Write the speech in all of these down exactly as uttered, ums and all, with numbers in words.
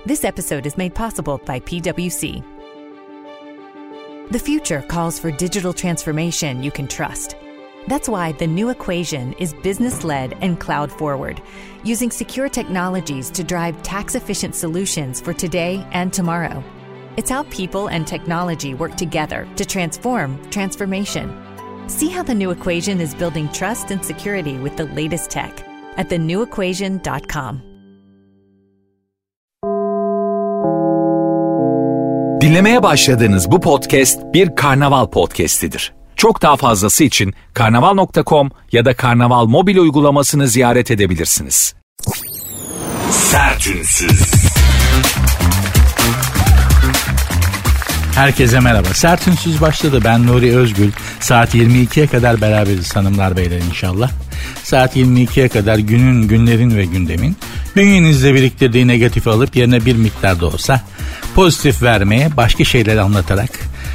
This episode is made possible by P W C. The future calls for digital transformation you can trust. That's why the new Equation is business-led and cloud-forward, using secure technologies to drive tax-efficient solutions for today and tomorrow. It's how people and technology work together to transform transformation. See how the new Equation is building trust and security with the latest tech at the new equation dot com. Dinlemeye başladığınız bu podcast bir Karnaval podcastidir. Çok daha fazlası için karnaval nokta com ya da Karnaval mobil uygulamasını ziyaret edebilirsiniz. Sertünsüz. Herkese merhaba. Sertünsüz başladı. Ben Nuri Özgül. Saat yirmi ikiye kadar beraberiz hanımlar beyler inşallah. Saat yirmi ikiye kadar günün, günlerin ve gündemin bünyenizde biriktirdiği negatifi alıp yerine bir miktar da olsa pozitif vermeye, başka şeyler anlatarak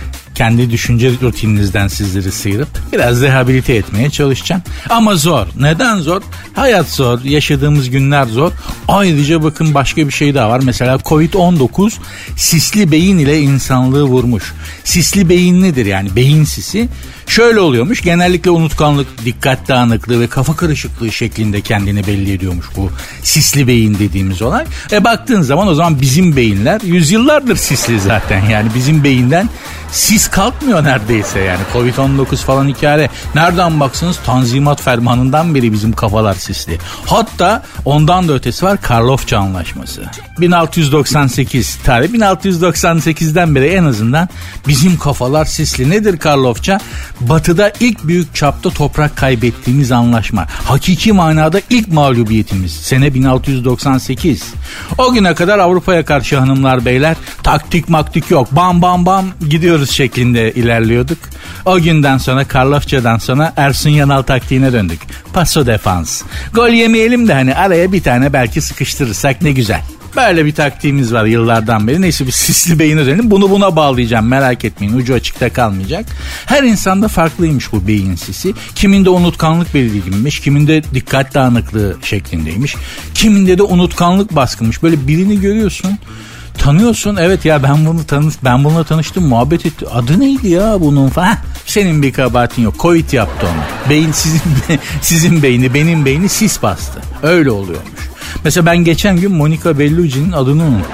kendi düşünce rutininizden sizleri sıyırıp biraz rehabilite etmeye çalışacağım. Ama zor. Neden zor? Hayat zor. Yaşadığımız günler zor. Ayrıca bakın başka bir şey daha var. Mesela kovid on dokuz sisli beyin ile insanlığı vurmuş. Sisli beyin nedir yani? Beyin sisi. Şöyle oluyormuş. Genellikle unutkanlık, dikkat dağınıklığı ve kafa karışıklığı şeklinde kendini belli ediyormuş bu sisli beyin dediğimiz olay. E baktığın zaman o zaman bizim beyinler yüzyıllardır sisli zaten. Yani bizim beyinden sis kalkmıyor neredeyse yani. kovid on dokuz falan hikaye. Nereden baksanız Tanzimat Fermanı'ndan beri bizim kafalar sisli. Hatta ondan da ötesi var, Karlofça Anlaşması. bin altı yüz doksan sekiz tarih. bin altı yüz doksan sekizden beri en azından bizim kafalar sisli. Nedir Karlofça? Batı'da ilk büyük çapta toprak kaybettiğimiz anlaşma. Hakiki manada ilk mağlubiyetimiz. Sene bin altı yüz doksan sekiz. O güne kadar Avrupa'ya karşı hanımlar beyler taktik maktik yok. Bam bam bam gidiyoruz şeklinde ilerliyorduk. O günden sonra Karlofça'dan sonra Ersun Yanal taktiğine döndük. Paso defans. Gol yemeyelim de hani araya bir tane belki sıkıştırırsak ne güzel. Böyle bir taktiğimiz var yıllardan beri. Neyse bir sisli beyin özelim. Bunu buna bağlayacağım, merak etmeyin. Ucu açıkta kalmayacak. Her insanda farklıymış bu beyin sisi. Kiminde unutkanlık belirginmiş. Kiminde dikkat dağınıklığı şeklindeymiş. Kiminde de unutkanlık baskınmış. Böyle birini görüyorsun. Tanıyorsun, evet ya ben bunu tanış, ben bununla tanıştım, muhabbet etti. Adı neydi ya bunun falan? Senin bir kabahatin yok. Covid yaptı onu. Beyin sizin sizin beyni, benim beyni sis bastı. Öyle oluyormuş. Mesela ben geçen gün Monica Bellucci'nin adını unuttum.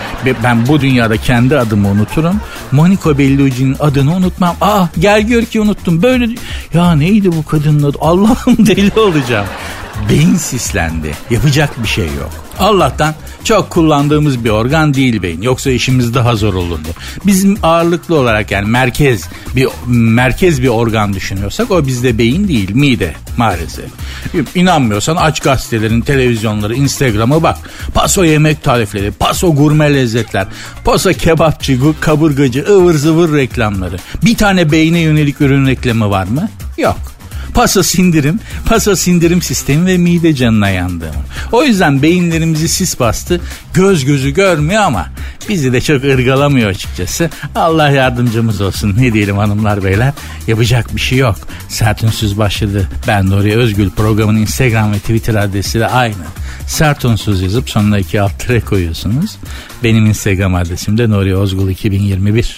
Ben bu dünyada kendi adımı unuturum. Monica Bellucci'nin adını unutmam. Aa gel gör ki unuttum. Böyle ya neydi bu kadının adı? Allah'ım deli olacağım. Beyin sislendi. Yapacak bir şey yok. Allah'tan çok kullandığımız bir organ değil beyin. Yoksa işimiz daha zor olurdu. Bizim ağırlıklı olarak yani merkez bir merkez bir organ düşünüyorsak o bizde beyin değil, mide maalesef. İnanmıyorsan aç gazetelerin, televizyonları, Instagram'a bak. Paso yemek tarifleri, paso gurme lezzetler, paso kebapçı, kaburgacı, ıvır zıvır reklamları. Bir tane beyne yönelik ürün reklamı var mı? Yok. Paso sindirim, paso sindirim sistemi ve mide canına yandı. O yüzden beyinlerimizi sis bastı. Göz gözü görmüyor ama bizi de çok ırgalamıyor açıkçası. Allah yardımcımız olsun. Ne diyelim hanımlar beyler? Yapacak bir şey yok. Sertünsüz başladı. Ben Nuri Özgül. Programın Instagram ve Twitter adresi de aynı. Sertünsüz yazıp sonuna iki alt tere koyuyorsunuz. Benim Instagram adresim de Nuri Özgül iki bin yirmi bir.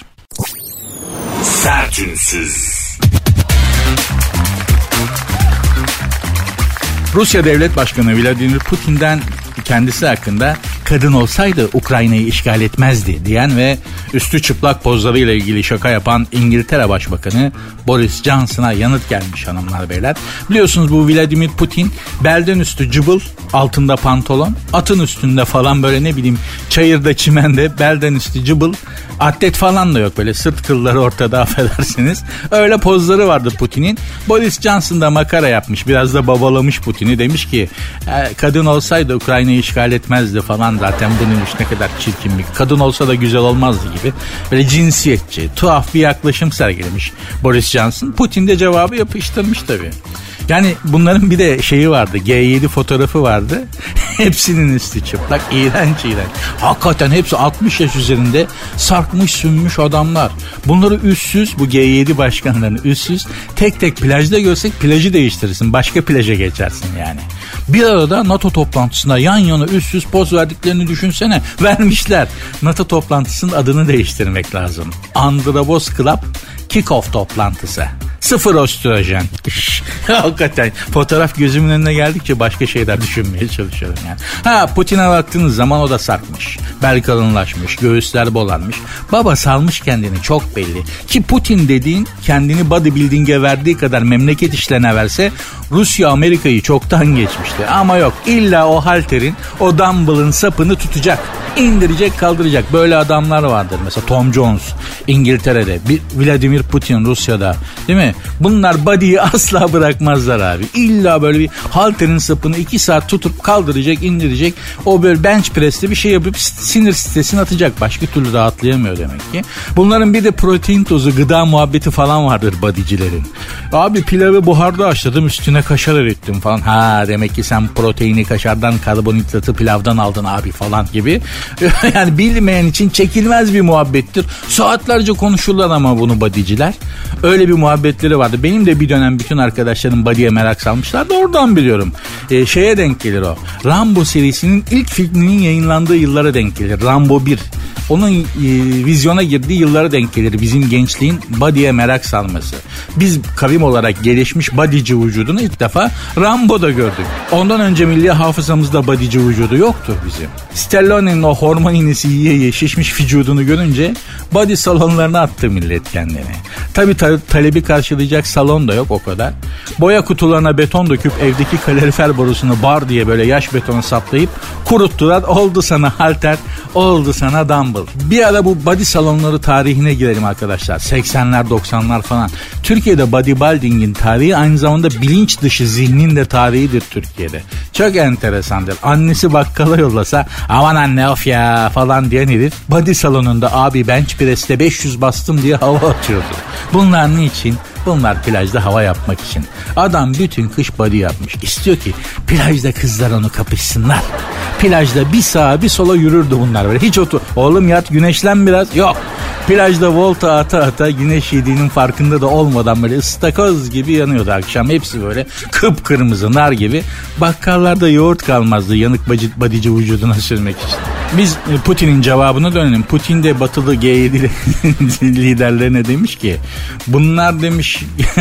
Sertünsüz. Rusya Devlet Başkanı Vladimir Putin'den kendisi hakkında kadın olsaydı Ukrayna'yı işgal etmezdi diyen ve üstü çıplak pozlarıyla ilgili şaka yapan İngiltere Başbakanı Boris Johnson'a yanıt gelmiş hanımlar beyler. Biliyorsunuz bu Vladimir Putin belden üstü cıbıl, altında pantolon, atın üstünde falan böyle ne bileyim çayırda çimende belden üstü cıbıl, atlet falan da yok böyle sırt kılları ortada affedersiniz. Öyle pozları vardı Putin'in. Boris Johnson da makara yapmış, biraz da babalamış Putin'i, demiş ki kadın olsaydı Ukrayna'yı işgal etmezdi falan, zaten bunun iş ne kadar çirkin bir kadın olsa da güzel olmazdı gibi böyle cinsiyetçi tuhaf bir yaklaşım sergilemiş Boris Johnson. Putin de cevabı yapıştırmış tabii. Yani bunların bir de şeyi vardı, G yedi fotoğrafı vardı. Hepsinin üstü çıplak, iğrenç iğrenç. Hakikaten hepsi altmış yaş üzerinde sarkmış sünmüş adamlar. Bunları üstsüz, bu G yedi başkanlarını üstsüz tek tek plajda görsek plajı değiştirirsin. Başka plaja geçersin yani. Bir arada NATO toplantısında yan yana üst üst poz verdiklerini düşünsene. Vermişler. NATO toplantısının adını değiştirmek lazım. Andrabos Club Kick-Off toplantısı. Sıfır östrojen. Hakikaten fotoğraf gözümün önüne geldikçe başka şeyler düşünmeye çalışıyorum yani. Ha, Putin'e baktığınız zaman o da sarkmış. Bel kalınlaşmış, göğüsler bolanmış. Baba salmış kendini, çok belli. Ki Putin dediğin kendini bodybuilding'e verdiği kadar memleket işlerine verse Rusya Amerika'yı çoktan geçmişti. Ama yok, illa o halterin, o dumbbell'ın sapını tutacak. İndirecek, kaldıracak. Böyle adamlar vardır. Mesela Tom Jones İngiltere'de, bir Vladimir Putin Rusya'da, değil mi? Bunlar body'yi asla bırakmazlar abi. İlla böyle bir halterin sapını iki saat tutup kaldıracak, indirecek. O böyle bench press'te bir şey yapıp sinir sitesini atacak. Başka türlü rahatlayamıyor demek ki. Bunların bir de protein tozu, gıda muhabbeti falan vardır bodycilerin. Abi pilavı buharda haşladım, üstüne kaşar erittim falan. Ha, demek ki sen proteini kaşardan, karbonhidratı pilavdan aldın abi falan gibi. Yani bilmeyen için çekilmez bir muhabbettir. Saatlerce konuşurlar ama bunu bodyciler. Öyle bir muhabbetleri vardı. Benim de bir dönem bütün arkadaşlarım body'ye merak salmışlardı. Oradan biliyorum. Ee, şeye denk gelir o. Rambo serisinin ilk filminin yayınlandığı yıllara denk gelir. Rambo bir. Onun e, vizyona girdiği yıllara denk gelir bizim gençliğin body'ye merak salması. Biz kavim olarak gelişmiş bodyci vücudunu ilk defa Rambo'da gördük. Ondan önce milli hafızamızda bodyci vücudu yoktur bizim. Stallone'nin o hormon iğnesi yiye yiye şişmiş vücudunu görünce body salonlarına attı millet kendini. Tabii ta- talebi karşılayacak salon da yok o kadar. Boya kutularına beton döküp evdeki kalorifer borusunu bar diye böyle yaş betonu saplayıp kuruttular. Oldu sana halter, oldu sana dumbbell. Bir ara bu body salonları tarihine girelim arkadaşlar. seksenler doksanlar falan. Türkiye'de bodybuilding'in tarihi aynı zamanda bilinç dışı zihnin de tarihidir Türkiye'de. Çok enteresandır. Annesi bakkala yollasa aman anne of ya falan diyen herif body salonunda abi bench press'te beş yüz bastım diye hava atıyordu. Bunlar niçin? Bunlar plajda hava yapmak için. Adam bütün kış body yapmış. İstiyor ki plajda kızlar onu kapışsınlar. Plajda bir sağa bir sola yürürdü bunlar böyle. Hiç otur. Oğlum yat, güneşlen biraz. Yok. Plajda volta ata ata güneş yediğinin farkında da olmadan böyle ıstakoz gibi yanıyordu akşam. Hepsi böyle kıpkırmızı nar gibi. Bakkallarda yoğurt kalmazdı yanık bodyci vücuduna sürmek için. Biz Putin'in cevabına dönelim. Putin de batılı G yedi liderlerine demiş ki bunlar demiş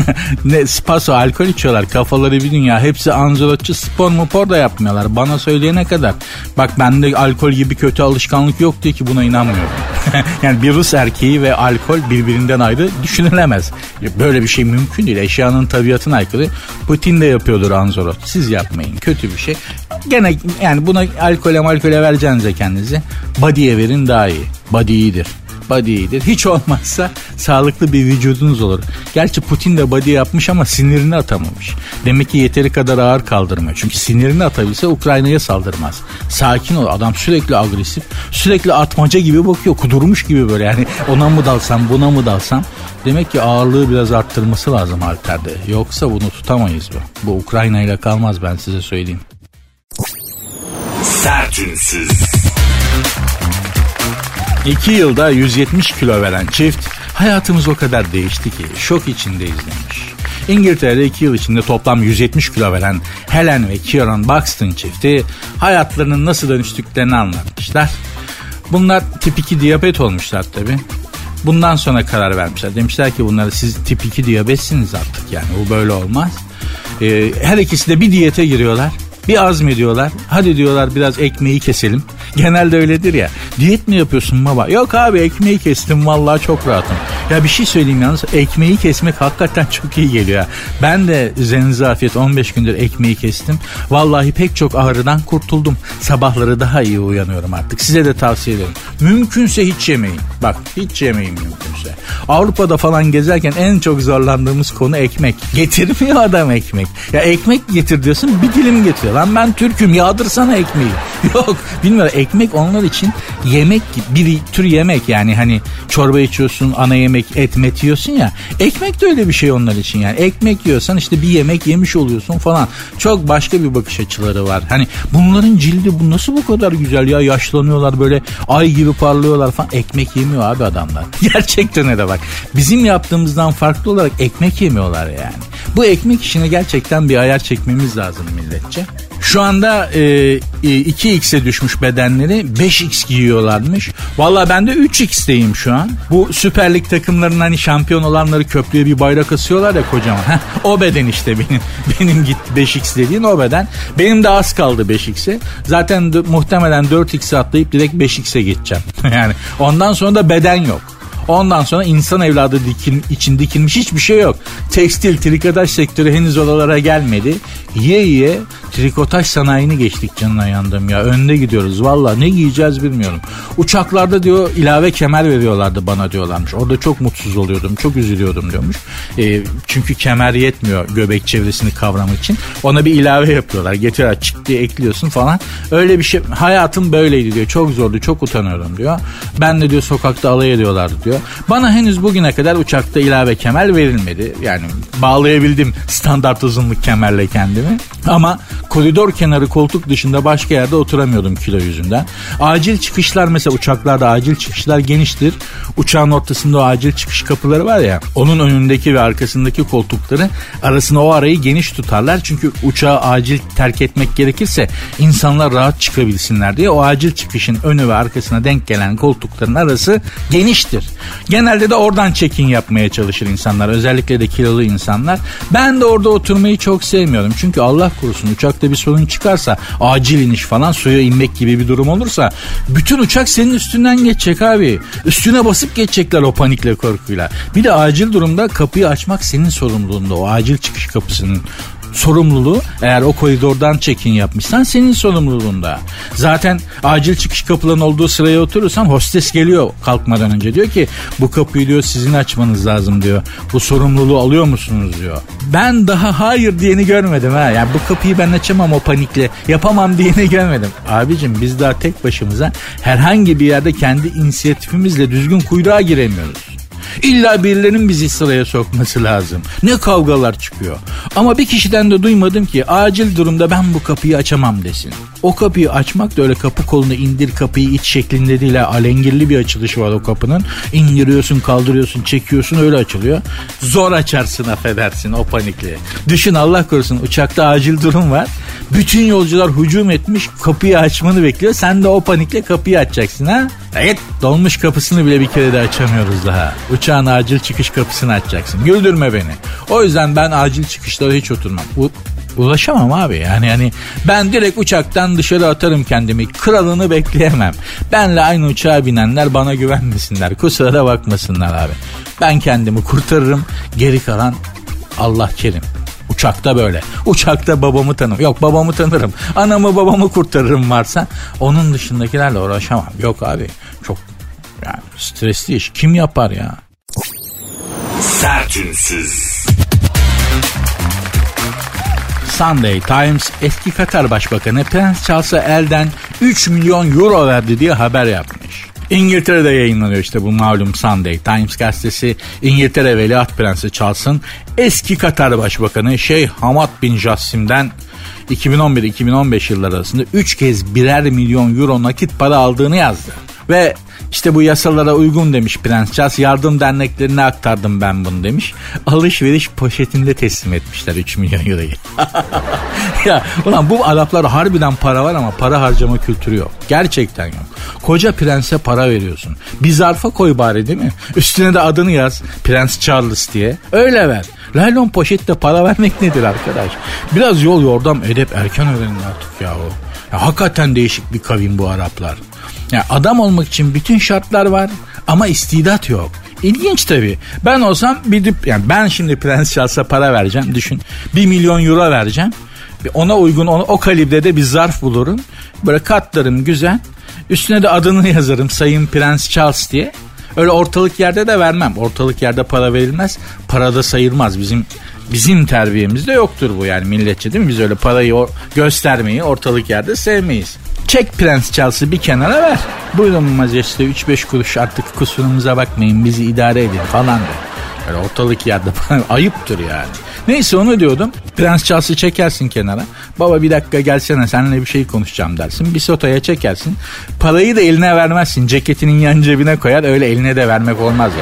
ne spaso alkol içiyorlar, kafaları bir dünya, hepsi anzolotçu, spor mupor da yapmıyorlar. Bana söyleyene kadar bak bende alkol gibi kötü alışkanlık yok diye ki buna inanmıyorum. Yani bir Rus erkeği ve alkol birbirinden ayrı düşünülemez. Böyle bir şey mümkün değil. Eşyanın tabiatına aykırı. Putin de yapıyordur anzolot. Siz yapmayın. Kötü bir şey. Gene yani buna alkole malkole vereceğinize kendinize body'ye verin daha iyi. Body iyidir. Body iyidir. Hiç olmazsa sağlıklı bir vücudunuz olur. Gerçi Putin de body yapmış ama sinirini atamamış. Demek ki yeteri kadar ağır kaldırmıyor. Çünkü sinirini atabilse Ukrayna'ya saldırmaz. Sakin ol. Adam sürekli agresif. Sürekli atmaca gibi bakıyor. Kudurmuş gibi böyle. Yani ona mı dalsam buna mı dalsam. Demek ki ağırlığı biraz arttırması lazım halterde. Yoksa bunu tutamayız bu. Bu Ukrayna ile kalmaz, ben size söyleyeyim. Sertünsüz. İki yılda yüz yetmiş kilo veren çift hayatımız o kadar değişti ki şok içindeyiz demiş. İngiltere'de iki yıl içinde toplam yüz yetmiş kilo veren Helen ve Kieran Buxton çifti hayatlarının nasıl dönüştüklerini anlatmışlar. Bunlar tip iki diyabet olmuşlar tabii. Bundan sonra karar vermişler. Demişler ki bunları siz tip iki diyabetsiniz artık, yani bu böyle olmaz. Ee, her ikisi de bir diyete giriyorlar. Bir azmediyorlar. Hadi diyorlar biraz ekmeği keselim. Genelde öyledir ya. Diyet mi yapıyorsun baba? Yok abi ekmeği kestim vallahi çok rahatım. Ya bir şey söyleyeyim yalnız, ekmeği kesmek hakikaten çok iyi geliyor ya. Ben de üzerinize afiyet on beş gündür ekmeği kestim. Vallahi pek çok ağrıdan kurtuldum. Sabahları daha iyi uyanıyorum artık. Size de tavsiye ederim. Mümkünse hiç yemeyin. Bak hiç yemeyin mümkünse. Avrupa'da falan gezerken en çok zorlandığımız konu ekmek. Getirmiyor adam ekmek. Ya ekmek getir diyorsun, bir dilim getiriyor. Lan ben Türk'üm, yağdırsana ekmeği. Yok bilmiyorum, ekmek onlar için yemek, bir tür yemek yani. Hani çorba içiyorsun, ana yemek et met yiyorsun ya, ekmek de öyle bir şey onlar için yani. Ekmek yiyorsan işte bir yemek yemiş oluyorsun falan. Çok başka bir bakış açıları var. Hani bunların cildi bu nasıl bu kadar güzel ya, yaşlanıyorlar böyle ay gibi parlıyorlar falan. Ekmek yemiyor abi adamlar. Gerçekten öyle bak. Bizim yaptığımızdan farklı olarak ekmek yemiyorlar yani. Bu ekmek işine gerçekten bir ayar çekmemiz lazım milletçe. Şu anda e, iki x'e düşmüş bedenleri, beş x giyiyorlarmış. Vallahi ben de üç x'teyim şu an. Bu Süper Lig takımlarının hani şampiyon olanları köprüye bir bayrak asıyorlar ya kocaman. Heh, o beden işte benim. Benim gitti beş x dediğin o beden. Benim de az kaldı beş x'e. Zaten de, muhtemelen dört x'e atlayıp direkt beş x'e geçeceğim. Yani ondan sonra da beden yok. Ondan sonra insan evladı dikil, için dikilmiş hiçbir şey yok. Tekstil, trikotaj sektörü henüz oralara gelmedi. Yiye yiye trikotaj sanayini geçtik, canına yandım ya. Önde gidiyoruz valla, ne giyeceğiz bilmiyorum. Uçaklarda diyor ilave kemer veriyorlardı bana diyorlarmış. Orada çok mutsuz oluyordum, çok üzülüyordum diyormuş. E, çünkü kemer yetmiyor göbek çevresini kavramak için. Ona bir ilave yapıyorlar. Getiriyorlar, çık diye ekliyorsun falan. Öyle bir şey. Hayatım böyleydi diyor. Çok zordu, çok utanıyorum diyor. Ben de diyor sokakta alay ediyorlardı diyor. Bana henüz bugüne kadar uçakta ilave kemer verilmedi. Yani bağlayabildim standart uzunluk kemerle kendimi. Ama koridor kenarı koltuk dışında başka yerde oturamıyordum kilo yüzünden. Acil çıkışlar, mesela uçaklarda acil çıkışlar geniştir. Uçağın ortasında o acil çıkış kapıları var ya, onun önündeki ve arkasındaki koltukları arasına o arayı geniş tutarlar. Çünkü uçağı acil terk etmek gerekirse insanlar rahat çıkabilsinler diye o acil çıkışın önü ve arkasına denk gelen koltukların arası geniştir. Genelde de oradan check-in yapmaya çalışır insanlar. Özellikle de kilolu insanlar. Ben de orada oturmayı çok sevmiyorum. Çünkü Allah korusun uçakta bir sorun çıkarsa, acil iniş falan, suya inmek gibi bir durum olursa bütün uçak senin üstünden geçecek abi. Üstüne basıp geçecekler o panikle, korkuyla. Bir de acil durumda kapıyı açmak senin sorumluluğunda. O acil çıkış kapısının sorumluluğu, eğer o koridordan check-in yapmışsan senin sorumluluğunda. Zaten acil çıkış kapıların olduğu sıraya oturursan hostes geliyor kalkmadan önce, diyor ki bu kapıyı diyor sizin açmanız lazım diyor. Bu sorumluluğu alıyor musunuz diyor. Ben daha hayır diyeni görmedim ha. Yani bu kapıyı ben açamam o panikle, yapamam diyeni görmedim. Abicim biz daha tek başımıza herhangi bir yerde kendi inisiyatifimizle düzgün kuyruğa giremiyoruz. İlla birilerinin bizi sıraya sokması lazım. Ne kavgalar çıkıyor. Ama bir kişiden de duymadım ki acil durumda ben bu kapıyı açamam desin. O kapıyı açmak da öyle kapı kolunu indir kapıyı iç şeklinde değil. Alengirli bir açılışı var o kapının. İndiriyorsun, kaldırıyorsun, çekiyorsun, öyle açılıyor. Zor açarsın, affedersin o panikle. Düşün, Allah korusun uçakta acil durum var. Bütün yolcular hücum etmiş, kapıyı açmanı bekliyor. Sen de o panikle kapıyı açacaksın ha. Evet, dolmuş kapısını bile bir kere de açamıyoruz daha. Uçağın acil çıkış kapısını açacaksın. Güldürme beni. O yüzden ben acil çıkışlara hiç oturmam. U- ulaşamam abi. Yani yani ben direkt uçaktan dışarı atarım kendimi. Kralını bekleyemem. Benle aynı uçağa binenler bana güvenmesinler. Kusura da bakmasınlar abi. Ben kendimi kurtarırım. Geri kalan Allah kerim. Uçakta böyle. Uçakta babamı tanırım. Yok, babamı tanırım. Anamı babamı kurtarırım varsa. Onun dışındakilerle uğraşamam. Yok abi. Çok yani stresli iş. Kim yapar ya? Sertünsüz. Sunday Times eski Katar Başbakanı Prens Charles'a elden üç milyon euro verdi diye haber yapmış. İngiltere'de yayınlanıyor işte bu malum Sunday Times gazetesi. İngiltere Veliaht Prensi Charles'ın eski Katar Başbakanı Şeyh Hamad bin Jassim'den iki bin on bir iki bin on beş yılları arasında üç kez birer milyon euro nakit para aldığını yazdı. Ve işte bu yasalara uygun demiş Prens Charles, yardım derneklerine aktardım ben bunu demiş. Alışveriş poşetinde teslim etmişler üç milyon euroyu. Ya ulan bu Araplar harbiden para var ama para harcama kültürü yok. Gerçekten yok. Koca prense para veriyorsun. Bir zarfa koy bari, değil mi? Üstüne de adını yaz, Prens Charles diye. Öyle ver. Laylon poşette para vermek nedir arkadaş? Biraz yol yordam edep erken öğrenin artık ya o. Ya hakikaten değişik bir kavim bu Araplar. Ya adam olmak için bütün şartlar var ama istidat yok. İlginç tabii. Ben olsam bir dip, yani ben şimdi Prens Charles'a para vereceğim. Düşün. Bir milyon euro vereceğim. Ona uygun ona, o kalibrede bir zarf bulurum. Böyle katlarım güzel. Üstüne de adını yazarım, Sayın Prens Charles diye. Öyle ortalık yerde de vermem. Ortalık yerde para verilmez. Para da sayılmaz. Bizim bizim terbiyemizde yoktur bu yani milletçe, değil mi? Biz öyle parayı or- göstermeyi ortalık yerde sevmeyiz. Çek Prens Charles'ı bir kenara ver. Buyurun majeste üç beş kuruş artık kusurumuza bakmayın, bizi idare edin falan de. Öyle ortalık yerde ayıptır yani. Neyse onu diyordum. Prens Charles'ı çekersin kenara. Baba bir dakika gelsene, seninle bir şey konuşacağım dersin. Bir sotaya çekersin. Parayı da eline vermezsin. Ceketinin yan cebine koyar. Öyle eline de vermek olmaz yani.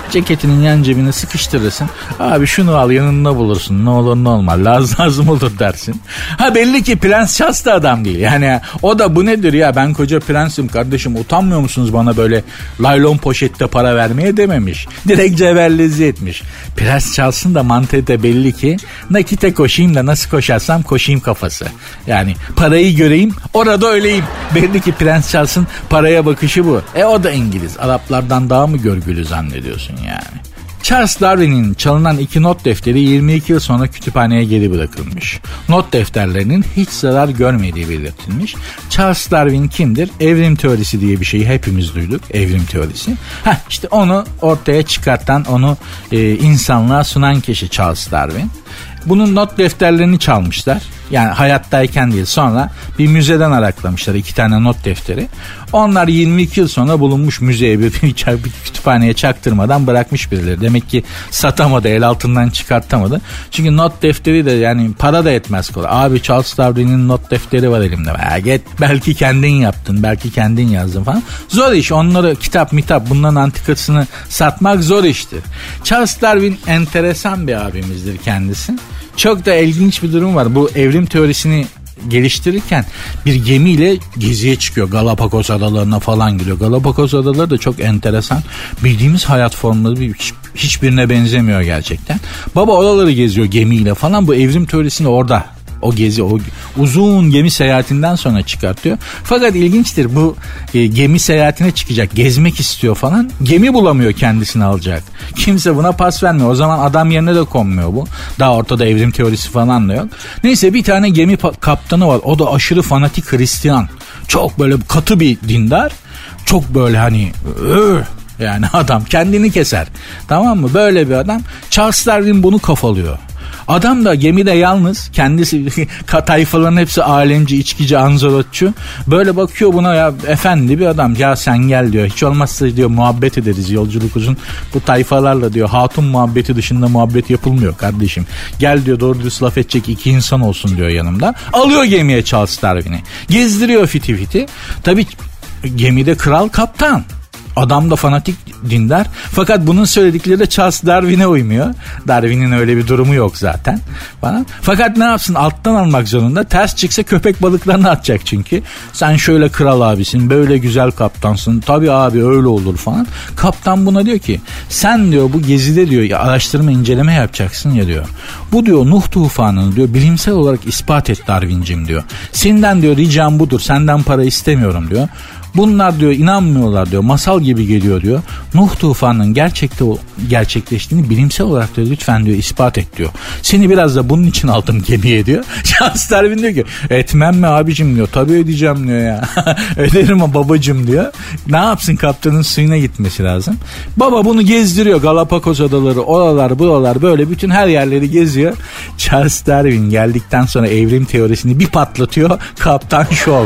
Ceketinin yan cebine sıkıştırırsın. Abi şunu al yanında bulursun. Ne olur ne olmaz. Lazım lazım olur dersin. Ha belli ki Prens Charles da adam değil. Yani o da bu nedir ya, ben koca prensim kardeşim utanmıyor musunuz bana böyle laylon poşette para vermeye dememiş. Direkt cevherlezi etmiş. Prens Charles'ın da mantığı da belli ki nakite koşayım da nasıl koşarsam koşayım kafası. Yani parayı göreyim orada öleyim. Belli ki Prens Charles'ın paraya bakışı bu. E o da İngiliz. Araplardan daha mı görgülü zannediyorsun yani? Charles Darwin'in çalınan iki not defteri yirmi iki yıl sonra kütüphaneye geri bırakılmış. Not defterlerinin hiç zarar görmediği belirtilmiş. Charles Darwin kimdir? Evrim teorisi diye bir şeyi hepimiz duyduk. Evrim teorisi. Heh, işte onu ortaya çıkartan, onu e, insanlığa sunan kişi Charles Darwin. Bunun not defterlerini çalmışlar. Yani hayattayken değil, sonra bir müzeden araklamışlar iki tane not defteri. Onlar yirmi iki yıl sonra bulunmuş, müzeye bir, bir kütüphaneye çaktırmadan bırakmış birileri. Demek ki satamadı, el altından çıkartamadı. Çünkü not defteri de yani para da etmez kolay. Abi Charles Darwin'in not defteri var elimde. Ya git, belki kendin yaptın, belki kendin yazdın falan. Zor iş, onları kitap mitap bunların antikasını satmak zor iştir. Charles Darwin enteresan bir abimizdir kendisi. Çok da ilginç bir durum var. Bu evrim teorisini geliştirirken bir gemiyle geziye çıkıyor. Galapagos adalarına falan gidiyor. Galapagos adaları da çok enteresan. Bildiğimiz hayat formları hiç, hiçbirine benzemiyor gerçekten. Baba oraları geziyor gemiyle falan. Bu evrim teorisini orada, o gezi, o uzun gemi seyahatinden sonra çıkartıyor. Fakat ilginçtir, bu e, gemi seyahatine çıkacak, gezmek istiyor falan. Gemi bulamıyor kendisini alacak. Kimse buna pas vermiyor. O zaman adam yerine de konmuyor bu. Daha ortada evrim teorisi falan da yok. Neyse bir tane gemi pa- kaptanı var. O da aşırı fanatik Hristiyan. Çok böyle katı bir dindar. Çok böyle hani öö, yani adam kendini keser. Tamam mı? Böyle bir adam. Charles Darwin bunu kafalıyor. Adam da gemide yalnız, kendisi tayfaların hepsi alemci, içkici, anzorotçu. Böyle bakıyor buna, ya efendi bir adam, ya sen gel diyor. Hiç olmazsa diyor muhabbet ederiz, yolculuk uzun. Bu tayfalarla diyor hatun muhabbeti dışında muhabbet yapılmıyor kardeşim. Gel diyor, doğru dürüst laf edecek iki insan olsun diyor yanımda. Alıyor gemiye Charles Darwin'i. Gezdiriyor fiti fiti. Tabii gemide kral kaptan. Adam da fanatik dindar. Fakat bunun söyledikleri de Charles Darwin'e uymuyor. Darwin'in öyle bir durumu yok zaten falan. Fakat ne yapsın, alttan almak zorunda. Ters çıksa köpek balıklarını atacak çünkü. Sen şöyle kral abisin, böyle güzel kaptansın. Tabii abi öyle olur falan. Kaptan buna diyor ki sen diyor bu gezide diyor ya araştırma inceleme yapacaksın ya diyor. Bu diyor Nuh tufanını diyor bilimsel olarak ispat et Darwin'cim diyor. Senden diyor ricam budur, senden para istemiyorum diyor. Bunlar diyor inanmıyorlar diyor, masal gibi geliyor diyor. Nuh tufanının gerçekte gerçekleştiğini bilimsel olarak diyor lütfen diyor ispat et diyor. Seni biraz da bunun için aldım gemiye diyor. Charles Darwin diyor ki etmem mi abicim diyor. Tabii ödeyeceğim diyor ya. Öderim ama babacım diyor. Ne yapsın, kaptanın suyuna gitmesi lazım. Baba bunu gezdiriyor, Galapagos adaları, oralar buralar, böyle bütün her yerleri geziyor. Charles Darwin geldikten sonra evrim teorisini bir patlatıyor. Kaptan şok.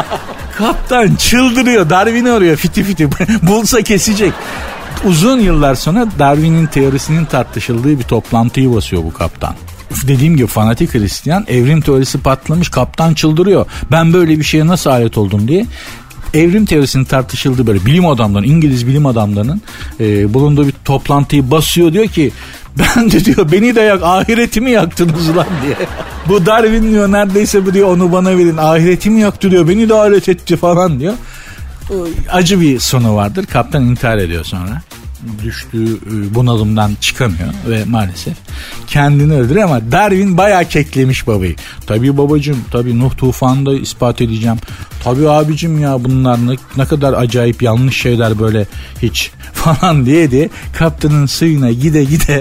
Kaptan çıldırıyor. Darwin'i arıyor fiti fiti. Bulsa kesecek. Uzun yıllar sonra Darwin'in teorisinin tartışıldığı bir toplantıyı basıyor bu kaptan. Dediğim gibi fanatik Hristiyan, evrim teorisi patlamış, kaptan çıldırıyor. Ben böyle bir şeye nasıl alet oldum diye. Evrim teorisinin tartışıldığı böyle bilim adamlarının, İngiliz bilim adamlarının e, bulunduğu bir toplantıyı basıyor, diyor ki ben de diyor beni de yak, ahiretimi yaktınız lan diye. Bu Darwin diyor neredeyse bu diyor onu bana verin, ahiretimi yaktı diyor, beni de alet etti falan diyor. Acı bir sonu vardır. Kaptan intihar ediyor sonra. Düştüğü bunalımdan çıkamıyor ve maalesef kendini öldürüyor ama Darwin bayağı keklemiş babayı. Tabii babacığım, tabii Nuh tufanını da ispat edeceğim. Tabii abicim ya bunlar ne, ne kadar acayip yanlış şeyler böyle hiç falan diye diye kaptanın suyuna gide gide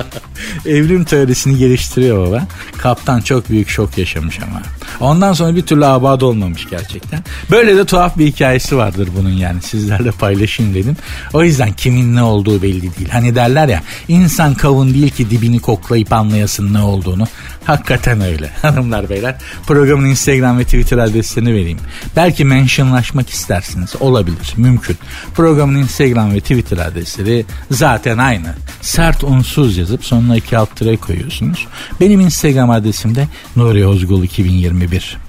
evrim teorisini geliştiriyor baba. Kaptan çok büyük şok yaşamış ama. Ondan sonra bir türlü abad olmamış gerçekten. Böyle de tuhaf bir hikayesi vardır bunun, yani sizlerle paylaşayım dedim. O yüzden kimin ne olduğu belli değil. Hani derler ya, insan kavun değil ki dibini koklayıp anlayasın ne olduğunu. Hakikaten öyle. Hanımlar beyler, programın Instagram ve Twitter adreslerini vereyim. Belki mentionlaşmak istersiniz. Olabilir. Mümkün. Programın Instagram ve Twitter adresleri zaten aynı. Sert unsuz yazıp sonuna iki alt tere koyuyorsunuz. Benim Instagram adresim de Nuri Ozgul iki bin yirmi bir.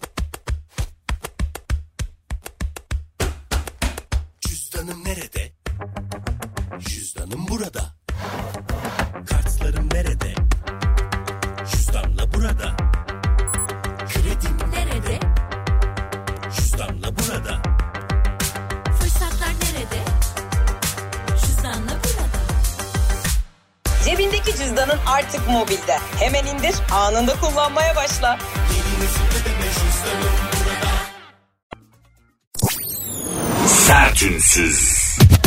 Cüzdanım nerede? Cüzdanım burada. Kartlarım nerede? Cüzdanla burada. Kredim nerede? Cüzdanla burada. Fırsatlar nerede? Cüzdanla burada. Cebindeki cüzdanın artık mobilde. Hemen indir, anında kullanmaya başla. Sertünsüz.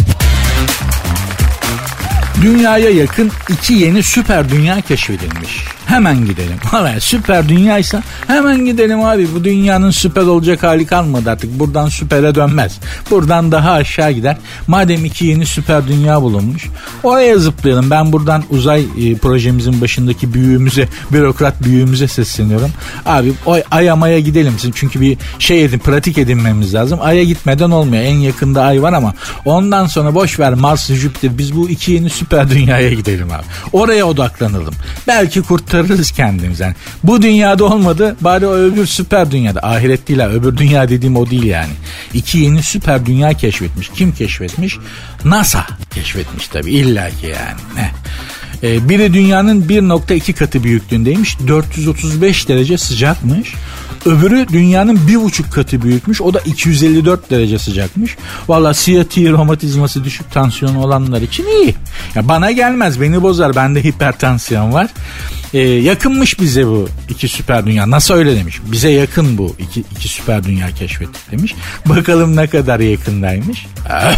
Dünyaya yakın iki yeni süper dünya keşfedilmiş. Hemen gidelim. Valla süper dünyaysa hemen gidelim abi. Bu dünyanın süper olacak hali kalmadı artık. Buradan süpere dönmez. Buradan daha aşağı gider. Madem iki yeni süper dünya bulunmuş, oraya zıplayalım. Ben buradan uzay e, projemizin başındaki büyüğümüze, bürokrat büyüğümüze sesleniyorum. Abi o Ay'a Maya gidelim. Çünkü bir şey edin, pratik edinmemiz lazım. Ay'a gitmeden olmuyor. En yakında Ay var ama ondan sonra boş ver Mars, Jüpiter. Biz bu iki yeni süper dünyaya gidelim abi. Oraya odaklanalım. Belki kurtarırız kendimizi. Yani bu dünyada olmadı, bari o öbür süper dünyada. Ahiret değil ha, öbür dünya dediğim o değil yani. İki yeni süper dünya keşfetmiş. Kim keşfetmiş? NASA keşfetmiş tabii, illaki yani. Ne? Ee, biri dünyanın bir nokta iki katı büyüklüğündeymiş. dört yüz otuz beş derece sıcakmış. Öbürü dünyanın bir buçuk katı büyükmüş. O da iki yüz elli dört derece sıcakmış. Valla siyatiği, romatizması düşük tansiyon olanlar için iyi. Ya bana gelmez, beni bozar. Bende hipertansiyon var. Ee, yakınmış bize bu iki süper dünya. NASA öyle demiş. Bize yakın bu iki, iki süper dünya keşfettik demiş. Bakalım ne kadar yakındaymış. Ah.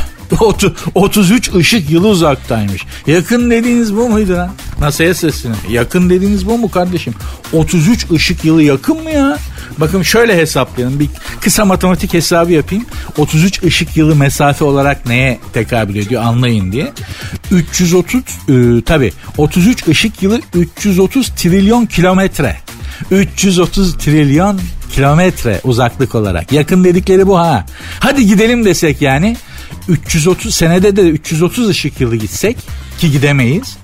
otuz üç ışık yılı uzaktaymış. Yakın dediğiniz bu muydu lan? NASA'ya seslenin. Yakın dediğiniz bu mu kardeşim? otuz üç ışık yılı yakın mı ya? Bakın şöyle hesaplayalım. Bir kısa matematik hesabı yapayım. otuz üç ışık yılı mesafe olarak neye tekabül ediyor anlayın diye. üç yüz otuz e, tabii otuz üç ışık yılı üç yüz otuz trilyon kilometre. üç yüz otuz trilyon kilometre uzaklık olarak. Yakın dedikleri bu ha. Hadi gidelim desek yani. üç yüz otuz senede de üç yüz otuz ışık yılı gitsek ki gidemeyiz.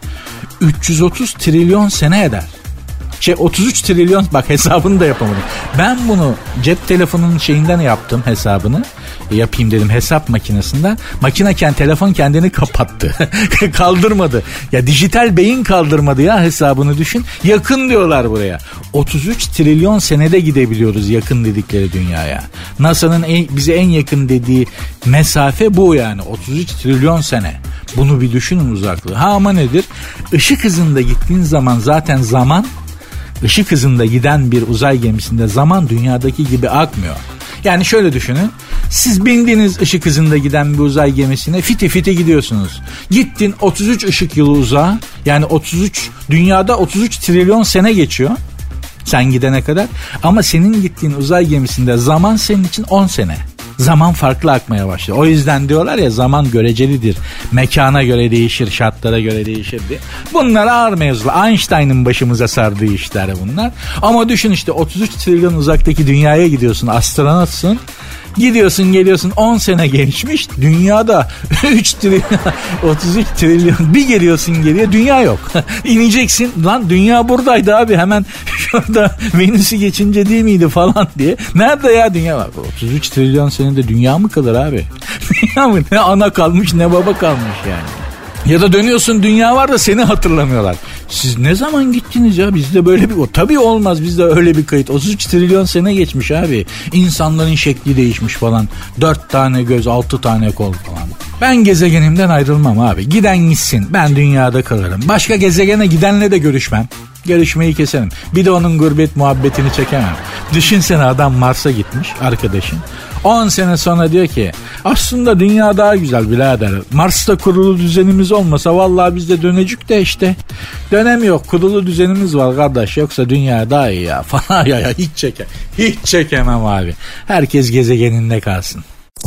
üç yüz otuz trilyon sene eder. Şey otuz üç trilyon, bak hesabını da yapamadım. Ben bunu cep telefonunun şeyinden yaptım hesabını. Yapayım dedim hesap makinesinden. Makineken telefon kendini kapattı. Kaldırmadı. Ya dijital beyin kaldırmadı ya, hesabını düşün. Yakın diyorlar buraya. otuz üç trilyon senede gidebiliyoruz yakın dedikleri dünyaya. NASA'nın en, bize en yakın dediği mesafe bu yani. otuz üç trilyon sene. Bunu bir düşünün uzaklığı. Ha ama nedir? Işık hızında gittiğin zaman zaten zaman, ışık hızında giden bir uzay gemisinde zaman dünyadaki gibi akmıyor. Yani şöyle düşünün. Siz bindiniz ışık hızında giden bir uzay gemisine, fiti fiti gidiyorsunuz. Gittin otuz üç ışık yılı uzağa. Yani otuz üç, dünyada otuz üç trilyon sene geçiyor sen gidene kadar. Ama senin gittiğin uzay gemisinde zaman senin için on sene. Zaman farklı akmaya başlıyor. O yüzden diyorlar ya, zaman görecelidir. Mekana göre değişir, şartlara göre değişir diye. Bunlar ağır mevzular. Einstein'ın başımıza sardığı işler bunlar. Ama düşün işte otuz üç trilyon uzaktaki dünyaya gidiyorsun, astronotsun. Gidiyorsun geliyorsun on sene geçmiş. Dünyada üç trilyon, otuz üç trilyon, bir geliyorsun geriye dünya yok. İneceksin lan, dünya buradaydı abi, hemen şurada Venüs'ü geçince değil miydi falan diye. Nerede ya dünya var? otuz üç trilyon senede dünya mı kalır abi? Dünya mı? Ne ana kalmış ne baba kalmış yani. Ya da dönüyorsun dünya var da seni hatırlamıyorlar. Siz ne zaman gittiniz ya? Bizde böyle bir... O, tabii olmaz bizde öyle bir kayıt. otuz üç trilyon sene geçmiş abi. İnsanların şekli değişmiş falan. dört tane göz, altı tane kol falan. Ben gezegenimden ayrılmam abi. Giden gitsin. Ben dünyada kalırım. Başka gezegene gidenle de görüşmem. Görüşmeyi keserim. Bir de onun gurbet muhabbetini çekemem. Düşünsene adam Mars'a gitmiş arkadaşın. on sene sonra diyor ki aslında dünya daha güzel birader. Mars'ta kurulu düzenimiz olmasa vallahi biz de dönecük de işte. Dönem yok, kurulu düzenimiz var kardeş, yoksa dünya daha iyi ya falan. ya, ya hiç çekem. Hiç çekemem abi. Herkes gezegeninde kalsın.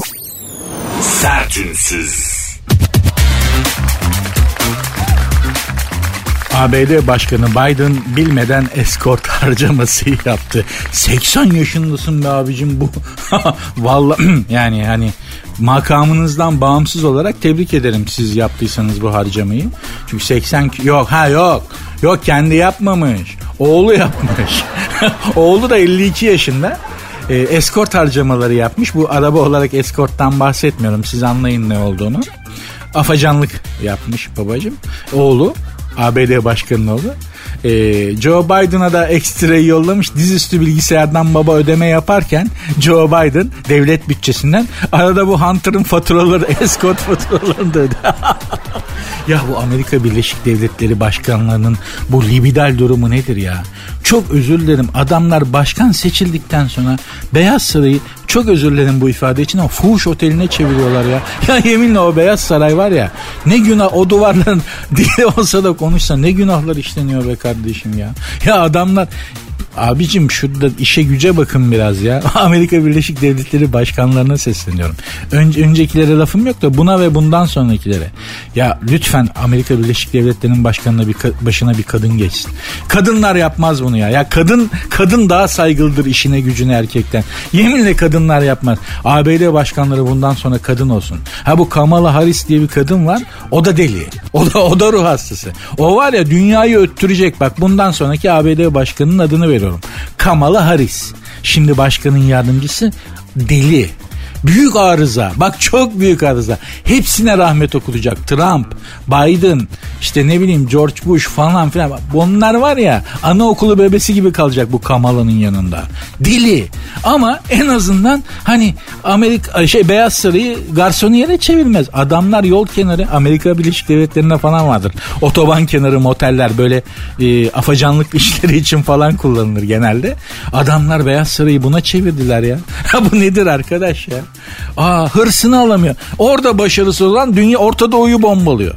Sertünsüz. A B D Başkanı Biden bilmeden eskort harcaması yaptı. seksen yaşındasın be abicim bu. Vallahi yani hani makamınızdan bağımsız olarak tebrik ederim siz yaptıysanız bu harcamayı. Çünkü seksen yok ha yok. Yok kendi yapmamış. Oğlu yapmış. Oğlu da elli iki yaşında. E, eskort harcamaları yapmış. Bu araba olarak eskorttan bahsetmiyorum. Siz anlayın ne olduğunu. afacanlık yapmış babacığım. Oğlu, A B D başkanının oğlu. Ee, Joe Biden'a da ekstrayı yollamış. Dizüstü bilgisayardan baba ödeme yaparken Joe Biden devlet bütçesinden arada bu Hunter'ın faturaları, escort faturalarını da ödedi. Ya bu Amerika Birleşik Devletleri başkanlarının bu libidal durumu nedir ya? Çok özür dilerim. Adamlar başkan seçildikten sonra Beyaz Saray'ı, çok özür dilerim bu ifade için ama fuhuş oteline çeviriyorlar ya. Ya yeminle o Beyaz Saray var ya, ne günah, o duvarların dili olsa da konuşsa ne günahlar işleniyor be kardeşim ya. Ya adamlar, abicim şurada işe güce bakın biraz ya. Amerika Birleşik Devletleri başkanlarına sesleniyorum. Önce, öncekilere lafım yok da buna ve bundan sonrakilere. Ya lütfen Amerika Birleşik Devletleri'nin başkanına bir, başına bir kadın geçsin. Kadınlar yapmaz bunu ya. Ya kadın kadın daha saygılıdır işine gücüne erkekten. Yeminle kadınlar yapmaz. A B D başkanları bundan sonra kadın olsun. Ha bu Kamala Harris diye bir kadın var. O da deli. O da, o da ruh hastası. O var ya, dünyayı öttürecek. Bak bundan sonraki A B D başkanının adını veriyorum. Kamala Harris. Şimdi başkanın yardımcısı deli. Büyük arıza. Bak çok büyük arıza. Hepsine rahmet okutacak. Trump, Biden, işte ne bileyim George Bush falan filan. Bunlar var ya, anaokulu bebesi gibi kalacak bu Kamala'nın yanında. Deli. Ama en azından hani Amerika şey Beyaz Sarayı garsoniyere çevirmez. Adamlar yol kenarı, Amerika Birleşik Devletleri'nde falan vardır. Otoban kenarı moteller böyle e, afacanlık işleri için falan kullanılır genelde. Adamlar Beyaz Sarayı buna çevirdiler ya. Bu nedir arkadaş ya? Aa, hırsını alamıyor. Orada başarısı olan dünya, Orta Doğu'yu bombalıyor.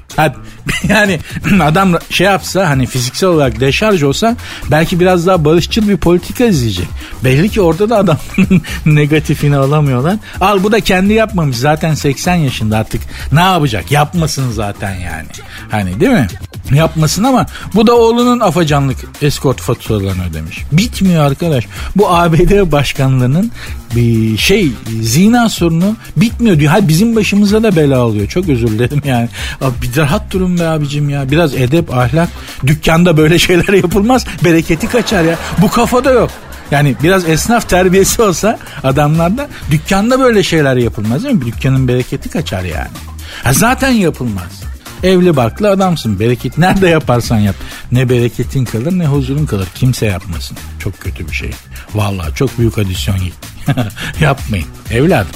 Yani adam şey yapsa, hani fiziksel olarak deşarj olsa belki biraz daha barışçıl bir politika izleyecek. Belli ki orada da adam negatifini alamıyorlar. Al, bu da kendi yapmamış. Zaten seksen yaşında artık ne yapacak? Yapmasın zaten yani. Hani değil mi? Yapmasın ama bu da oğlunun afacanlık eskort faturalarını ödemiş. Bitmiyor arkadaş. Bu A B D başkanlarının bir şey zina sorunu bitmiyor diyor. Hayır, bizim başımıza da bela alıyor. Çok özür dilerim yani. Abi bir rahat durun be abicim ya. Biraz edep, ahlak. Dükkanda böyle şeyler yapılmaz. Bereketi kaçar ya. Bu kafada yok. Yani biraz esnaf terbiyesi olsa adamlarda, dükkanda böyle şeyler yapılmaz değil mi? Dükkanın bereketi kaçar yani. Ha, zaten yapılmaz. Evli barklı adamsın. Bereket nerede yaparsan yap. Ne bereketin kalır ne huzurun kalır. Kimse yapmasın. Çok kötü bir şey. Vallahi çok büyük adisyon. Yapmayın. Evladım.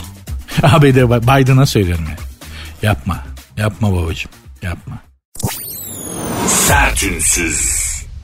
A B D Biden'a söylüyorum ya. Yapma. Yapma babacığım. Yapma. Sertünsüz.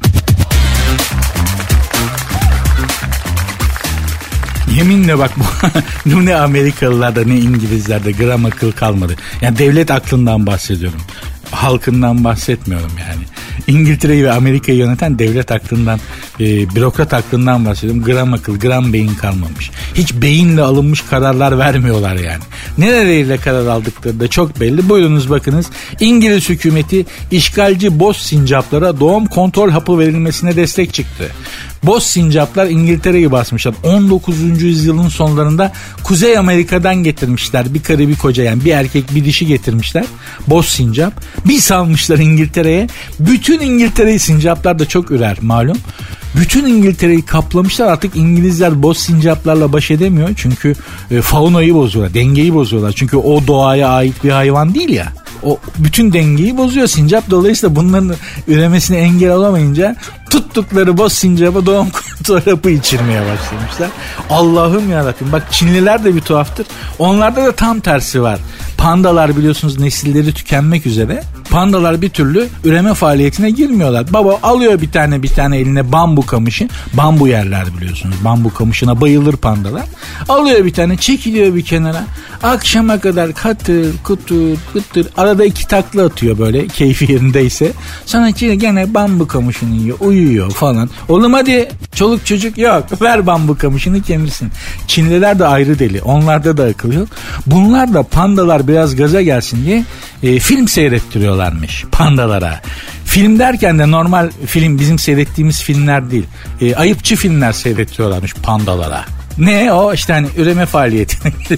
Yeminle bak bu ne Amerikalılarda ne İngilizlerde gram akıl kalmadı. Yani devlet aklından bahsediyorum. Halkından bahsetmiyorum yani. İngiltere'yi ve Amerika'yı yöneten devlet aklından, e, bürokrat aklından bahsediyorum. Gram akıl, gram beyin kalmamış. Hiç beyinle alınmış kararlar vermiyorlar yani. Nereleriyle karar aldıkları da çok belli. Buyurunuz bakınız. İngiliz hükümeti işgalci boz sincaplara doğum kontrol hapı verilmesine destek çıktı. Boz sincaplar İngiltere'yi basmışlar. on dokuzuncu yüzyılın sonlarında Kuzey Amerika'dan getirmişler. Bir karı bir koca, yani bir erkek bir dişi getirmişler. Boz sincap. Bir salmışlar İngiltere'ye. Bütün İngiltere'yi, sincaplar da çok ürer malum. Bütün İngiltere'yi kaplamışlar. Artık İngilizler boz sincaplarla baş edemiyor. Çünkü e, faunayı bozuyorlar. Dengeyi bozuyorlar. Çünkü o doğaya ait bir hayvan değil ya. O bütün dengeyi bozuyor sincap. Dolayısıyla bunların üremesine engel olamayınca tuttukları boz sincaba doğum kontrol hapı içirmeye başlamışlar. Allah'ım yarabbim. Bak Çinliler de bir tuhaftır. Onlarda da tam tersi var. Pandalar biliyorsunuz nesilleri tükenmek üzere. Pandalar bir türlü üreme faaliyetine girmiyorlar. Baba alıyor bir tane bir tane eline bambu kamışı. Bambu yerler biliyorsunuz. Bambu kamışına bayılır pandalar. Alıyor bir tane, çekiliyor bir kenara. Akşama kadar katır kutur kutur. Arada iki takla atıyor böyle keyfi yerindeyse. Sonra gene bambu kamışını yiyor. Uyuyor falan. Oğlum hadi, çoluk çocuk yok. Ver bambu kamışını kemirsin. Çinliler de ayrı deli. Onlarda da akıl yok. Bunlar da pandalar biraz gaza gelsin diye e, film seyrettiriyorlarmış pandalara. Film derken de normal film, bizim seyrettiğimiz filmler değil. E, ayıpçı filmler seyrettiriyorlarmış pandalara. Ne o işte hani üreme faaliyeti.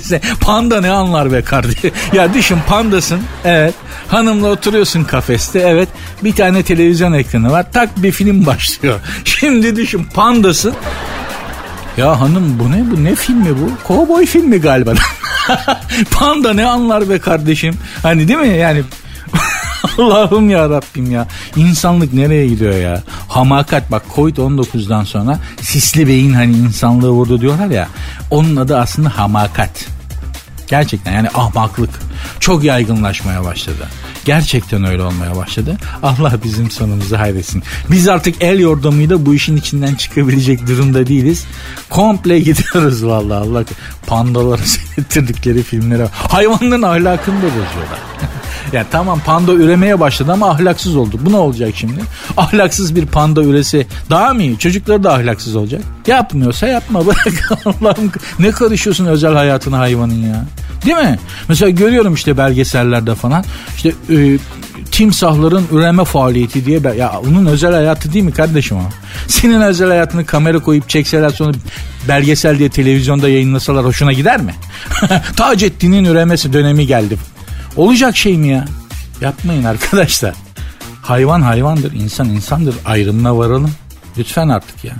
Panda ne anlar be kardeşim. Ya düşün, pandasın, evet, hanımla oturuyorsun kafeste, evet, bir tane televizyon ekranı var, tak bir film başlıyor. Şimdi düşün, pandasın. Ya hanım bu ne bu ne filmi bu? Kovboy filmi galiba. Panda ne anlar be kardeşim? Hani değil mi yani? Allah'ım ya Rabbim ya. İnsanlık nereye gidiyor ya? Hamakat, bak covid on dokuzdan sonra sisli beyin hani insanlığı vurdu diyorlar ya. Onun adı aslında hamakat. Gerçekten yani ahmaklık çok yaygınlaşmaya başladı. Gerçekten öyle olmaya başladı. Allah bizim sonumuzu hayretsin. Biz artık el yordamıyla bu işin içinden çıkabilecek durumda değiliz. Komple gidiyoruz vallahi. Allah pandaları seyrettirdikleri filmlere, hayvanların ahlakını da bozuyorlar. Yani tamam, panda üremeye başladı ama ahlaksız oldu. Bu ne olacak şimdi? Ahlaksız bir panda ürese daha mı iyi? Çocukları da ahlaksız olacak. Yapmıyorsa yapma, bırak. Allah'ım, ne karışıyorsun özel hayatına hayvanın ya? Değil mi? Mesela görüyorum işte belgesellerde falan. İşte e, timsahların üreme faaliyeti diye. Ya onun özel hayatı değil mi kardeşim o? Senin özel hayatını kamera koyup çekseler, sonra belgesel diye televizyonda yayınlasalar hoşuna gider mi? Taceddin'in üremesi dönemi geldi. Olacak şey mi ya? Yapmayın arkadaşlar. Hayvan hayvandır, insan insandır. Ayrımına varalım. Lütfen artık ya.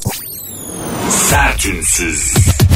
Sertünsüz.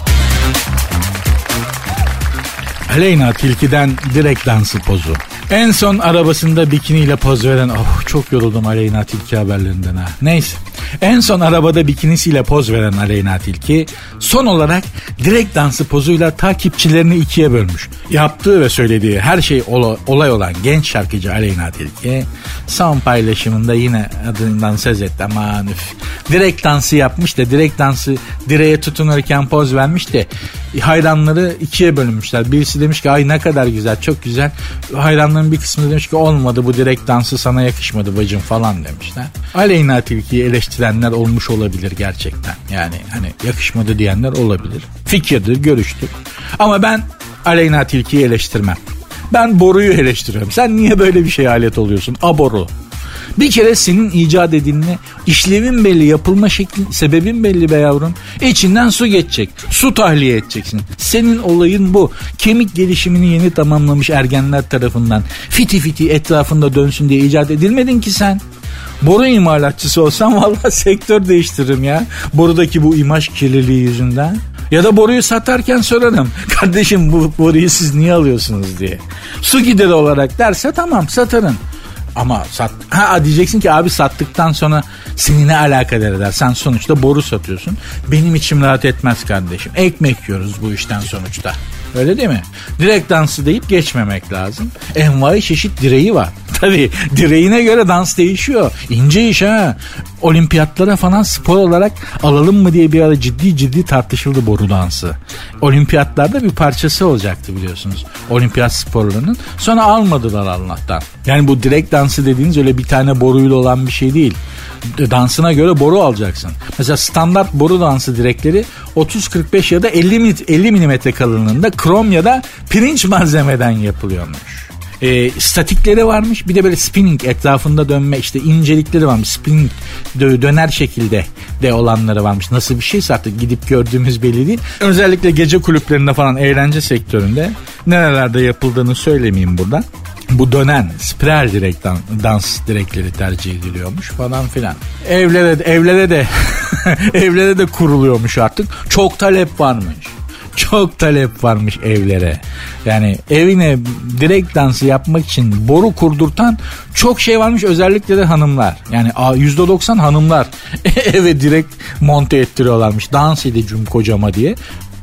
Aleyna Tilki'den direkt dansı pozu. En son arabasında bikiniyle poz veren... Oh, çok yoruldum Aleyna Tilki haberlerinden ha. Neyse. En son arabada bikinisiyle poz veren Aleyna Tilki son olarak direkt dansı pozuyla takipçilerini ikiye bölmüş. Yaptığı ve söylediği her şey ola, olay olan genç şarkıcı Aleyna Tilki son paylaşımında yine adından söz etti. Aman üf. Direkt dansı yapmış da direkt dansı direğe tutunurken poz vermiş de hayranları ikiye bölünmüşler. Birisi demiş ki ay ne kadar güzel, çok güzel. Hayranların bir kısmı demiş ki olmadı, bu direkt dansı sana yakışmadı bacım falan demişler. Aleyna Tilki'yi eleştirenler olmuş olabilir gerçekten. Yani hani yakışmadı diyenler olabilir. Fikirdir, görüştür. Ama ben Aleyna Tilki'yi eleştirmem. Ben boruyu eleştiriyorum. Sen niye böyle bir şeye alet oluyorsun? Aboru. Bir kere senin icat edilme, işlevin belli, yapılma şekli, sebebin belli be yavrum. İçinden su geçecek. Su tahliye edeceksin. Senin olayın bu. Kemik gelişimini yeni tamamlamış ergenler tarafından fiti fiti etrafında dönsün diye icat edilmedin ki sen. Boru imalatçısı olsam vallahi sektör değiştiririm ya. Borudaki bu imaj kirliliği yüzünden. Ya da boruyu satarken sorarım. Kardeşim bu boruyu siz niye alıyorsunuz diye. Su gideri olarak derse tamam satarım. Ama sat, ha diyeceksin ki abi sattıktan sonra seni ne alakadar eder? Sen sonuçta boru satıyorsun. Benim içim rahat etmez kardeşim. Ekmek yiyoruz bu işten sonuçta. Öyle değil mi? Direkt dansı deyip geçmemek lazım. Envai çeşit direği var. Tabii direğine göre dans değişiyor. İnce iş ha. Olimpiyatlara falan spor olarak alalım mı diye bir ara ciddi ciddi tartışıldı boru dansı. Olimpiyatlarda bir parçası olacaktı biliyorsunuz. Olimpiyat sporlarının. Sonra almadılar Allah'tan. Yani bu direkt dansı dediğiniz öyle bir tane boruyla olan bir şey değil. Dansına göre boru alacaksın. Mesela standart boru dansı direkleri otuz kırk beş ya da elli milimetre kalınlığında krom ya da pirinç malzemeden yapılıyormuş. E, statikleri varmış, bir de böyle spinning, etrafında dönme işte incelikleri varmış, spinning döner şekilde de olanları varmış. Nasıl bir şeyse artık gidip gördüğümüz belli değil. Özellikle gece kulüplerinde falan, eğlence sektöründe nerelerde yapıldığını söylemeyeyim burada. Bu dönen spiral direkt dans direkleri tercih ediliyormuş falan filan. Evlere de evlere de evlere de kuruluyormuş artık. Çok talep varmış. Çok talep varmış evlere. Yani evine direkt dansı yapmak için boru kurdurtan çok şey varmış, özellikle de hanımlar. Yani yüzde doksan hanımlar eve direkt monte ettiriyorlarmış. Dans edeceğim kocama diye.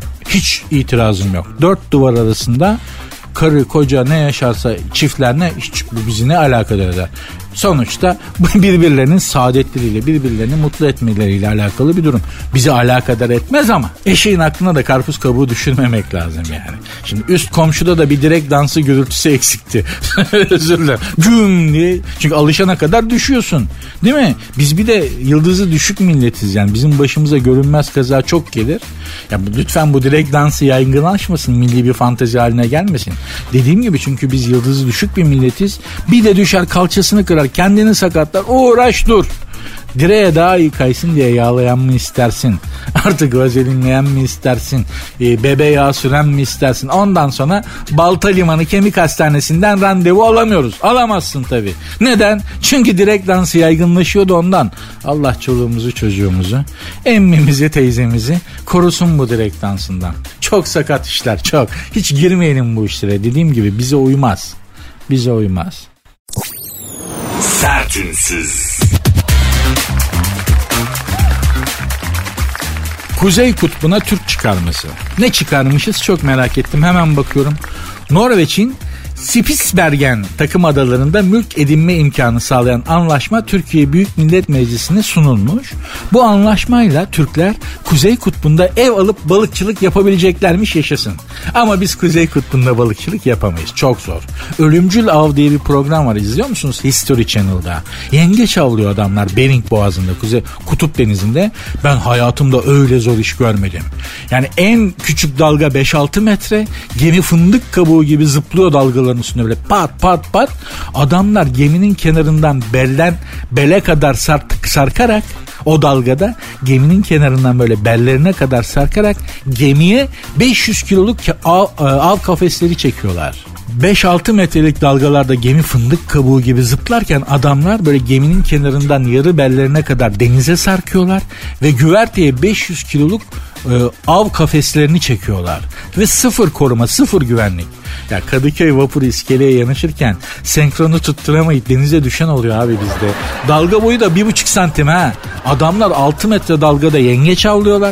Hiç itirazım yok. Dört duvar arasında karı koca ne yaşarsa çiftler ne, hiç bu bizi ne alakadar eder. Sonuçta birbirlerinin saadetleriyle, birbirlerini mutlu etmeleriyle alakalı bir durum. Bizi alakadar etmez ama eşeğin aklına da karpuz kabuğu düşürmemek lazım yani. Şimdi üst komşuda da bir direkt dansı gürültüsü eksikti. Özür dilerim. Güm diye. Çünkü alışana kadar düşüyorsun. Değil mi? Biz bir de yıldızı düşük milletiz yani. Bizim başımıza görünmez kaza çok gelir. Ya lütfen bu direkt dansı yaygınlaşmasın. Milli bir fantezi haline gelmesin. Dediğim gibi, çünkü biz yıldızı düşük bir milletiz. Bir de düşer kalçasını kırar, kendini sakatlar, uğraş dur. Direğe daha iyi kaysın diye yağlayan mı istersin? Artık vazelinleyen mi istersin? E, bebe yağı süren mi istersin? Ondan sonra Balta Limanı Kemik Hastanesi'nden randevu alamıyoruz. Alamazsın tabii. Neden? Çünkü direk dansı yaygınlaşıyordu ondan. Allah çoluğumuzu çocuğumuzu, emmimizi teyzemizi korusun bu direk dansından. Çok sakat işler, çok. Hiç girmeyelim bu işlere. Dediğim gibi bize uymaz. Bize uymaz. Sertünsüz. Kuzey Kutbu'na Türk çıkarması. Ne çıkarmışız çok merak ettim. Hemen bakıyorum. Norveç'in Spitsbergen takım adalarında mülk edinme imkanı sağlayan anlaşma Türkiye Büyük Millet Meclisi'ne sunulmuş. Bu anlaşmayla Türkler Kuzey Kutbu'nda ev alıp balıkçılık yapabileceklermiş, yaşasın. Ama biz Kuzey Kutbu'nda balıkçılık yapamayız. Çok zor. Ölümcül Av diye bir program var, izliyor musunuz? History Channel'da. Yengeç avlıyor adamlar Bering Boğazı'nda, Kuzey Kutup Denizi'nde. Ben hayatımda öyle zor iş görmedim. Yani en küçük dalga beş altı metre, gemi fındık kabuğu gibi zıplıyor dalgaların üstüne, böyle pat pat pat. Adamlar geminin kenarından belden bele kadar sark, sarkarak o dalgada geminin kenarından böyle bellerine kadar sarkarak gemiye beş yüz kiloluk av, av kafesleri çekiyorlar. beş altı metrelik dalgalarda gemi fındık kabuğu gibi zıplarken adamlar böyle geminin kenarından yarı bellerine kadar denize sarkıyorlar ve güverteye beş yüz kiloluk e, av kafeslerini çekiyorlar ve sıfır koruma, sıfır güvenlik. Ya Kadıköy vapuru iskeleye yanaşırken senkronu tutturamayıp denize düşen oluyor abi bizde. Dalga boyu da bir buçuk santim ha. Adamlar altı metre dalgada yengeç avlıyorlar.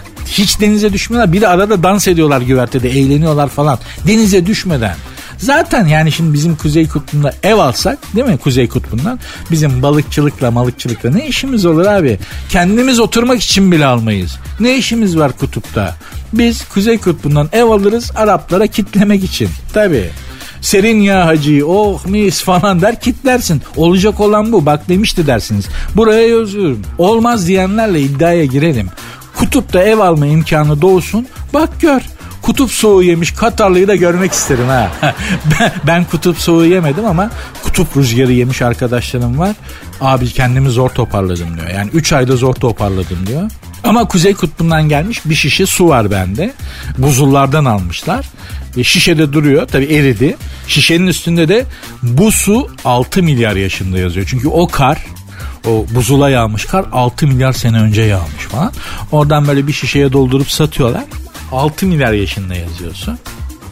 Hiç denize düşmüyorlar. Bir de arada dans ediyorlar güvertede, eğleniyorlar falan. Denize düşmeden. Zaten yani şimdi bizim Kuzey Kutbu'nda ev alsak, değil mi, Kuzey Kutbu'ndan bizim balıkçılıkla malıkçılıkla ne işimiz olur abi? Kendimiz oturmak için bile almayız. Ne işimiz var kutupta? Biz Kuzey Kutbu'ndan ev alırız Araplara kitlemek için. Tabii. Serin ya hacı, oh mis falan der kitlersin. Olacak olan bu, bak demişti dersiniz. Buraya yazıyorum. Olmaz diyenlerle iddiaya girelim. Kutupta ev alma imkanı doğsun, bak gör. Kutup soğuğu yemiş Katarlı'yı da görmek isterim ha. ben, ben kutup soğuğu yemedim ama kutup rüzgarı yemiş arkadaşlarım var. Abi kendimi zor toparladım diyor. Yani üç ayda zor toparladım diyor. Ama Kuzey Kutbu'ndan gelmiş bir şişe su var bende. Buzullardan almışlar. E, şişede duruyor, tabii eridi. Şişenin üstünde de bu su altı milyar yaşında yazıyor. Çünkü o kar, o buzula yağmış kar altı milyar sene önce yağmış falan. Oradan böyle bir şişeye doldurup satıyorlar. altı milyar yaşında yazıyorsun.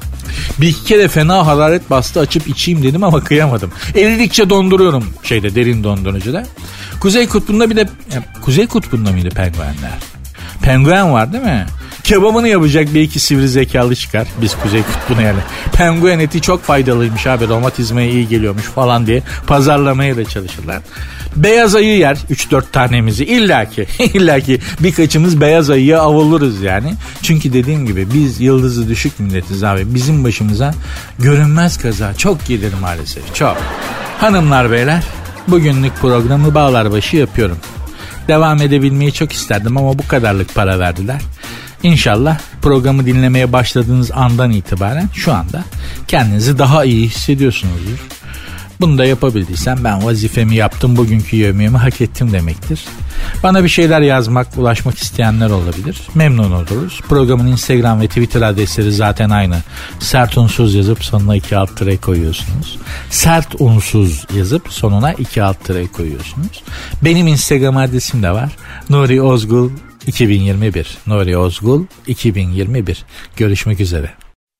Bir iki kere fena hararet bastı, açıp içeyim dedim ama kıyamadım. Eridikçe donduruyorum şeyde, derin dondurucuda. Kuzey Kutbu'nda bir de ya, Kuzey Kutbu'nda mıydı penguenler? Penguen var değil mi? Kebabını yapacak bir iki sivri zekalı çıkar. Biz Kuzey Kutbu'na yani. Penguen eti çok faydalıymış abi, romatizmaya iyi geliyormuş falan diye pazarlamaya da çalışırlar. Beyaz ayı yer üç dört tanemizi illaki illaki birkaçımız beyaz ayıya av oluruz yani. Çünkü dediğim gibi biz yıldızı düşük milletiz abi. Bizim başımıza görünmez kaza çok gelir maalesef, çok. Hanımlar beyler, bugünlük programı Bağlarbaşı yapıyorum. Devam edebilmeyi çok isterdim ama bu kadarlık para verdiler. İnşallah programı dinlemeye başladığınız andan itibaren şu anda kendinizi daha iyi hissediyorsunuzdur. Bunu da yapabildiysem ben vazifemi yaptım, bugünkü yevmiyemi hak ettim demektir. Bana bir şeyler yazmak, ulaşmak isteyenler olabilir. Memnun oluruz. Programın Instagram ve Twitter adresleri zaten aynı. Sert Unsuz yazıp sonuna iki alt tere koyuyorsunuz. Sert Unsuz yazıp sonuna iki alt tere koyuyorsunuz. Benim Instagram adresim de var. Nuri Ozgul iki bin yirmi bir. Nuri Ozgul iki bin yirmi bir. Görüşmek üzere.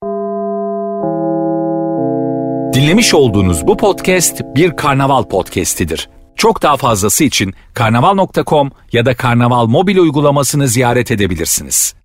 Dinlemiş olduğunuz bu podcast bir karnaval podcastidir. Çok daha fazlası için karnaval nokta com ya da karnaval mobil uygulamasını ziyaret edebilirsiniz.